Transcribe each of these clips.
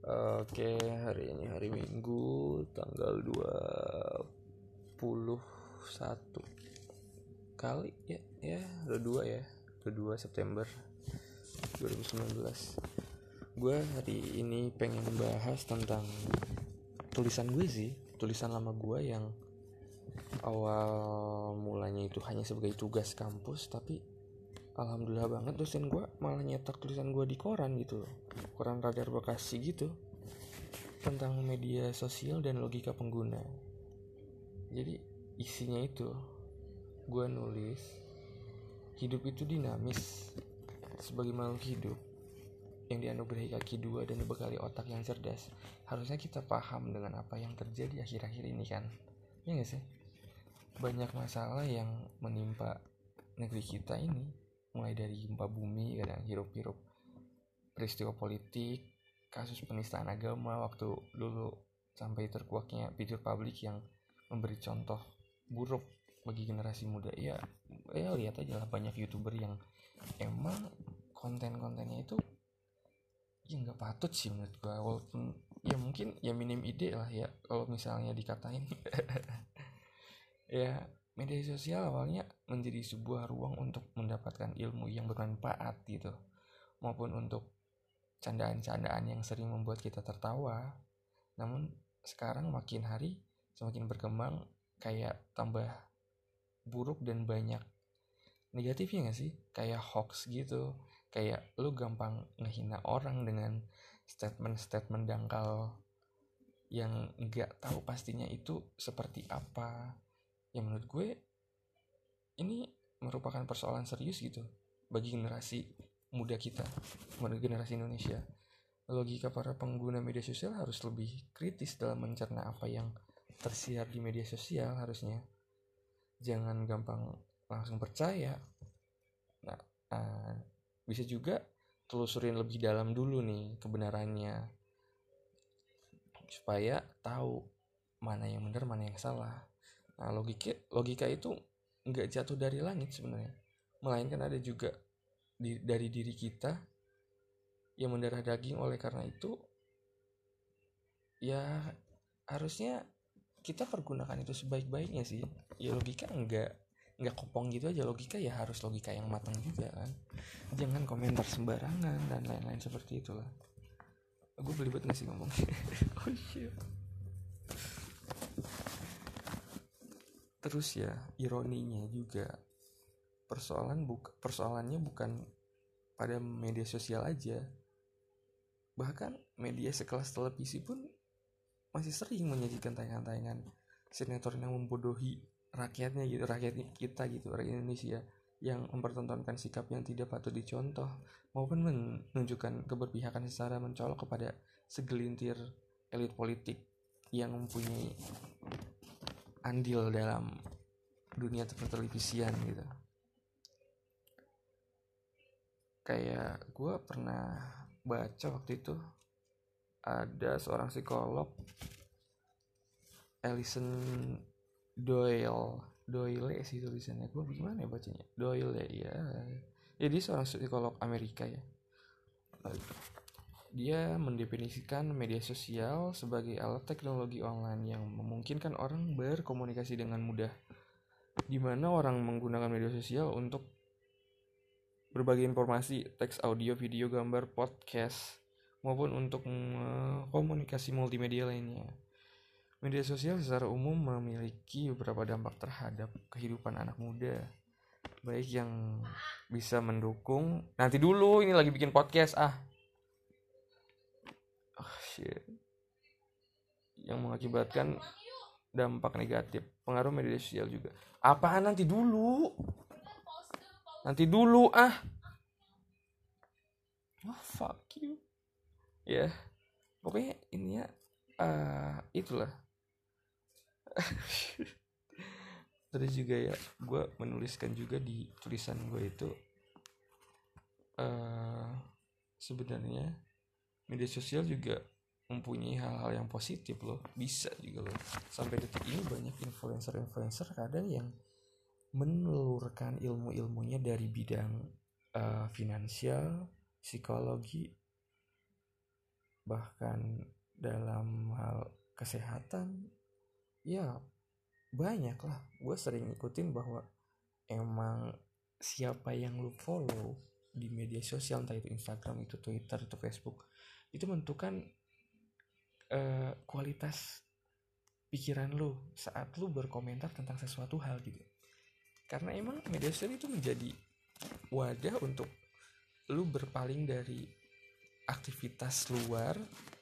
Oke, hari ini hari Minggu tanggal 21 kali udah 2 September 2019. Gue hari ini pengen bahas tentang tulisan gue sih, tulisan lama gue yang awal mulanya itu hanya sebagai tugas kampus, tapi alhamdulillah banget dosen gue malah nyetak tulisan gue di koran gitu loh, koran Radar Bekasi gitu, tentang media sosial dan logika pengguna. Jadi isinya itu gue nulis, hidup itu dinamis. Sebagai makhluk hidup yang dianugerahi kaki dua dan dibekali otak yang cerdas, harusnya kita paham dengan apa yang terjadi akhir-akhir ini kan. Ya gak sih? Banyak masalah yang menimpa negeri kita ini, mulai dari gempa bumi, kadang hirup-hirup peristiwa politik, kasus penistaan agama waktu dulu, sampai terkuaknya figur publik yang memberi contoh buruk bagi generasi muda. Ya lihat aja lah, banyak YouTuber yang emang konten-kontennya itu ya nggak patut sih menurut gua, walaupun ya mungkin ya minim ide lah ya kalau misalnya dikatain. Ya, media sosial awalnya menjadi sebuah ruang untuk mendapatkan ilmu yang bermanfaat gitu, maupun untuk candaan-candaan yang sering membuat kita tertawa. Namun sekarang makin hari semakin berkembang, kayak tambah buruk dan banyak negatifnya gak sih? Kayak hoax gitu, kayak lu gampang ngehina orang dengan statement-statement dangkal yang gak tahu pastinya itu seperti apa. Ya menurut gue ini merupakan persoalan serius gitu bagi generasi muda kita, generasi Indonesia. Logika para pengguna media sosial harus lebih kritis dalam mencerna apa yang tersiar di media sosial harusnya. Jangan gampang langsung percaya. Nah, bisa juga telusurin lebih dalam dulu nih kebenarannya, supaya tahu mana yang benar, mana yang salah. Nah, logika itu nggak jatuh dari langit sebenarnya, melainkan ada juga dari diri kita yang mendarah daging. Oleh karena itu ya harusnya kita pergunakan itu sebaik-baiknya sih. Ya logika nggak kopong gitu aja, logika ya harus logika yang matang juga kan. Jangan komentar sembarangan dan lain-lain seperti itulah. Gue belibet nggak sih ngomong? Oh shit. Terus ya ironinya juga, persoalannya bukan pada media sosial aja, bahkan media sekelas televisi pun masih sering menyajikan tayangan-tayangan sinetron yang membodohi rakyatnya gitu, rakyat kita gitu, rakyat Indonesia, yang mempertontonkan sikap yang tidak patut dicontoh, maupun menunjukkan keberpihakan secara mencolok kepada segelintir elit politik yang mempunyai andil dalam dunia pertelevisian gitu. Kayak gue pernah baca waktu itu, ada seorang psikolog, Alison Doyle sih tulisannya, gue bagaimana ya bacanya, Doyle ya. Dia seorang psikolog Amerika ya. Dia mendefinisikan media sosial sebagai alat teknologi online yang memungkinkan orang berkomunikasi dengan mudah, di mana orang menggunakan media sosial untuk berbagi informasi, teks, audio, video, gambar, podcast, maupun untuk komunikasi multimedia lainnya. Media sosial secara umum memiliki beberapa dampak terhadap kehidupan anak muda, baik yang bisa mendukung, nanti dulu ini lagi bikin podcast shit, yang mengakibatkan dampak negatif. Pengaruh media sosial juga. Apaan nanti dulu oh fuck you ya. Pokoknya ininya itulah. Terus juga ya, gue menuliskan juga di tulisan gue itu, sebenarnya media sosial juga mempunyai hal-hal yang positif loh, bisa juga loh. Sampai detik ini banyak influencer kadang yang menelurkan ilmu-ilmunya dari bidang finansial, psikologi, bahkan dalam hal kesehatan ya banyak lah. Gue sering ikutin bahwa emang siapa yang lu follow di media sosial, entah itu Instagram, itu Twitter, itu Facebook, itu menentukan kualitas pikiran lu saat lu berkomentar tentang sesuatu hal gitu. Karena emang media sosial itu menjadi wadah untuk lu berpaling dari aktivitas luar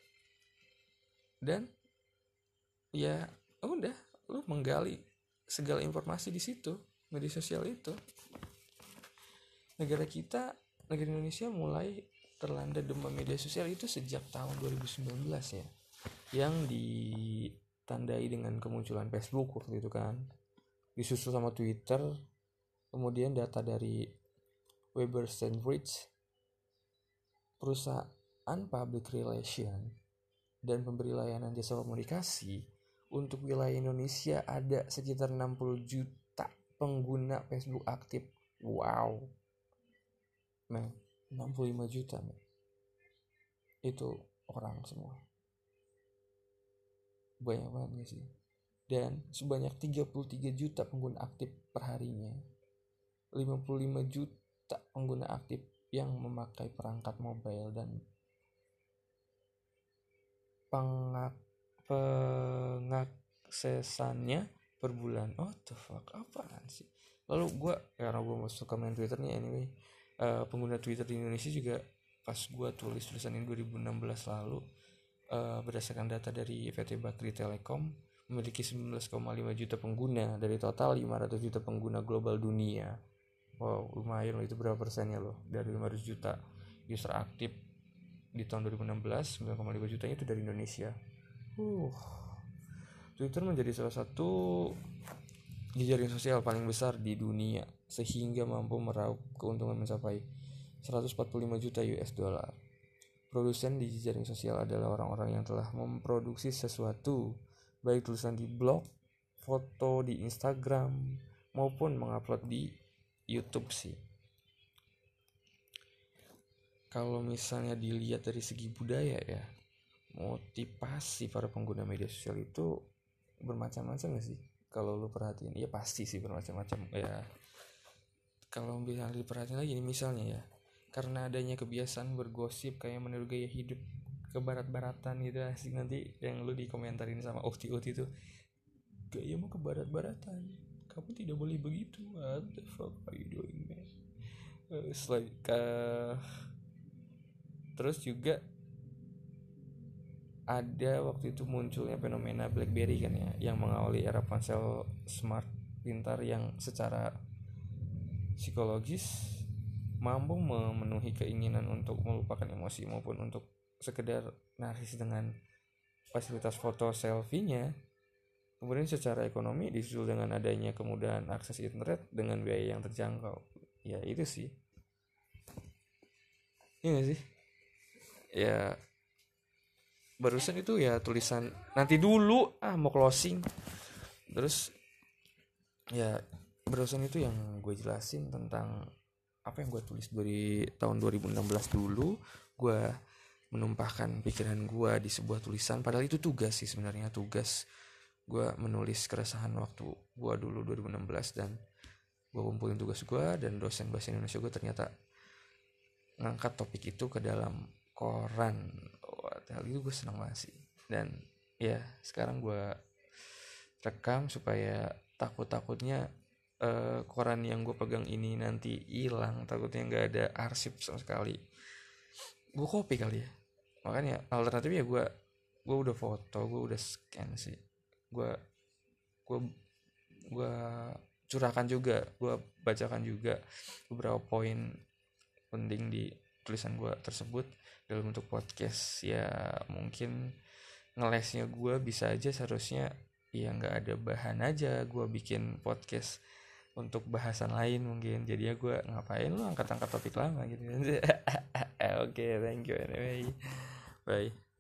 dan ya udah lu menggali segala informasi di situ. Media sosial itu, negara Indonesia mulai terlanda demam media sosial itu sejak tahun 2019 ya, yang ditandai dengan kemunculan Facebook waktu itu kan, disusul sama Twitter, kemudian data dari Weber Sandbridge, perusahaan public relation dan pemberi layanan jasa komunikasi. Untuk wilayah Indonesia ada sekitar 60 juta pengguna Facebook aktif. Wow, men, 65 juta men. Itu orang semua, banyak banget gak sih? Dan sebanyak 33 juta pengguna aktif perharinya, 55 juta pengguna aktif yang memakai perangkat mobile dan pengaksesannya per bulan. What the fuck, apaan sih? Lalu gue, karena gue suka main Twitternya anyway, pengguna Twitter di Indonesia juga pas gue tulis tulisan ini 2016 lalu, berdasarkan data dari PT Bakri Telekom, memiliki 19,5 juta pengguna dari total 500 juta pengguna global dunia. Wow, lumayan loh, itu berapa persennya loh dari 500 juta user aktif di tahun 2016, 9,5 jutanya itu dari Indonesia. Twitter menjadi salah satu jejaring sosial paling besar di dunia sehingga mampu meraup keuntungan mencapai 145 juta US dollar. Produsen di jejaring sosial adalah orang-orang yang telah memproduksi sesuatu, baik tulisan di blog, foto di Instagram, maupun mengupload di YouTube sih. Kalau misalnya dilihat dari segi budaya ya, motivasi para pengguna media sosial itu bermacam-macam gak sih? Kalau lu perhatiin, ya pasti sih bermacam-macam ya. Kalau misalnya diperhatiin lagi nih, misalnya ya, karena adanya kebiasaan bergosip kayak meniru gaya hidup ke barat-baratan gitu, asik nanti yang lu dikomentarin sama Ukti-Ukti itu, gaya mau ke barat-baratan, kamu tidak boleh begitu, what the fuck are you doing man? Terus juga ada waktu itu munculnya fenomena BlackBerry kan ya, yang mengawali era ponsel smart pintar yang secara psikologis mampu memenuhi keinginan untuk melupakan emosi maupun untuk sekedar narsis dengan fasilitas foto selfie-nya. Kemudian secara ekonomi disusul dengan adanya kemudahan akses internet dengan biaya yang terjangkau. Ya itu sih. Iya gak sih? Ya barusan itu ya tulisan nanti dulu mau closing. Terus ya barusan itu yang gue jelasin tentang apa yang gue tulis dari tahun 2016 dulu. Gue menumpahkan pikiran gue di sebuah tulisan, padahal itu tugas sih sebenarnya, tugas gue menulis keresahan waktu gue dulu 2016, dan gue kumpulin tugas gue, dan dosen bahasa Indonesia gue ternyata ngangkat topik itu ke dalam koran. Hal itu gue senang banget sih. Dan ya sekarang gue rekam supaya takutnya koran yang gue pegang ini nanti hilang, takutnya nggak ada arsip sama sekali, gue copy kali ya. Makanya alternatifnya gue udah foto, gue udah scan sih, gue curahkan juga, gue bacakan juga beberapa poin penting di tulisan gue tersebut dalam bentuk podcast. Ya mungkin ngelesnya gue bisa aja seharusnya ya nggak ada bahan aja gue bikin podcast untuk bahasan lain mungkin, jadinya gue ngapain lu angkat-angkat topik lama gitu. Oke, thank you anyway, bye.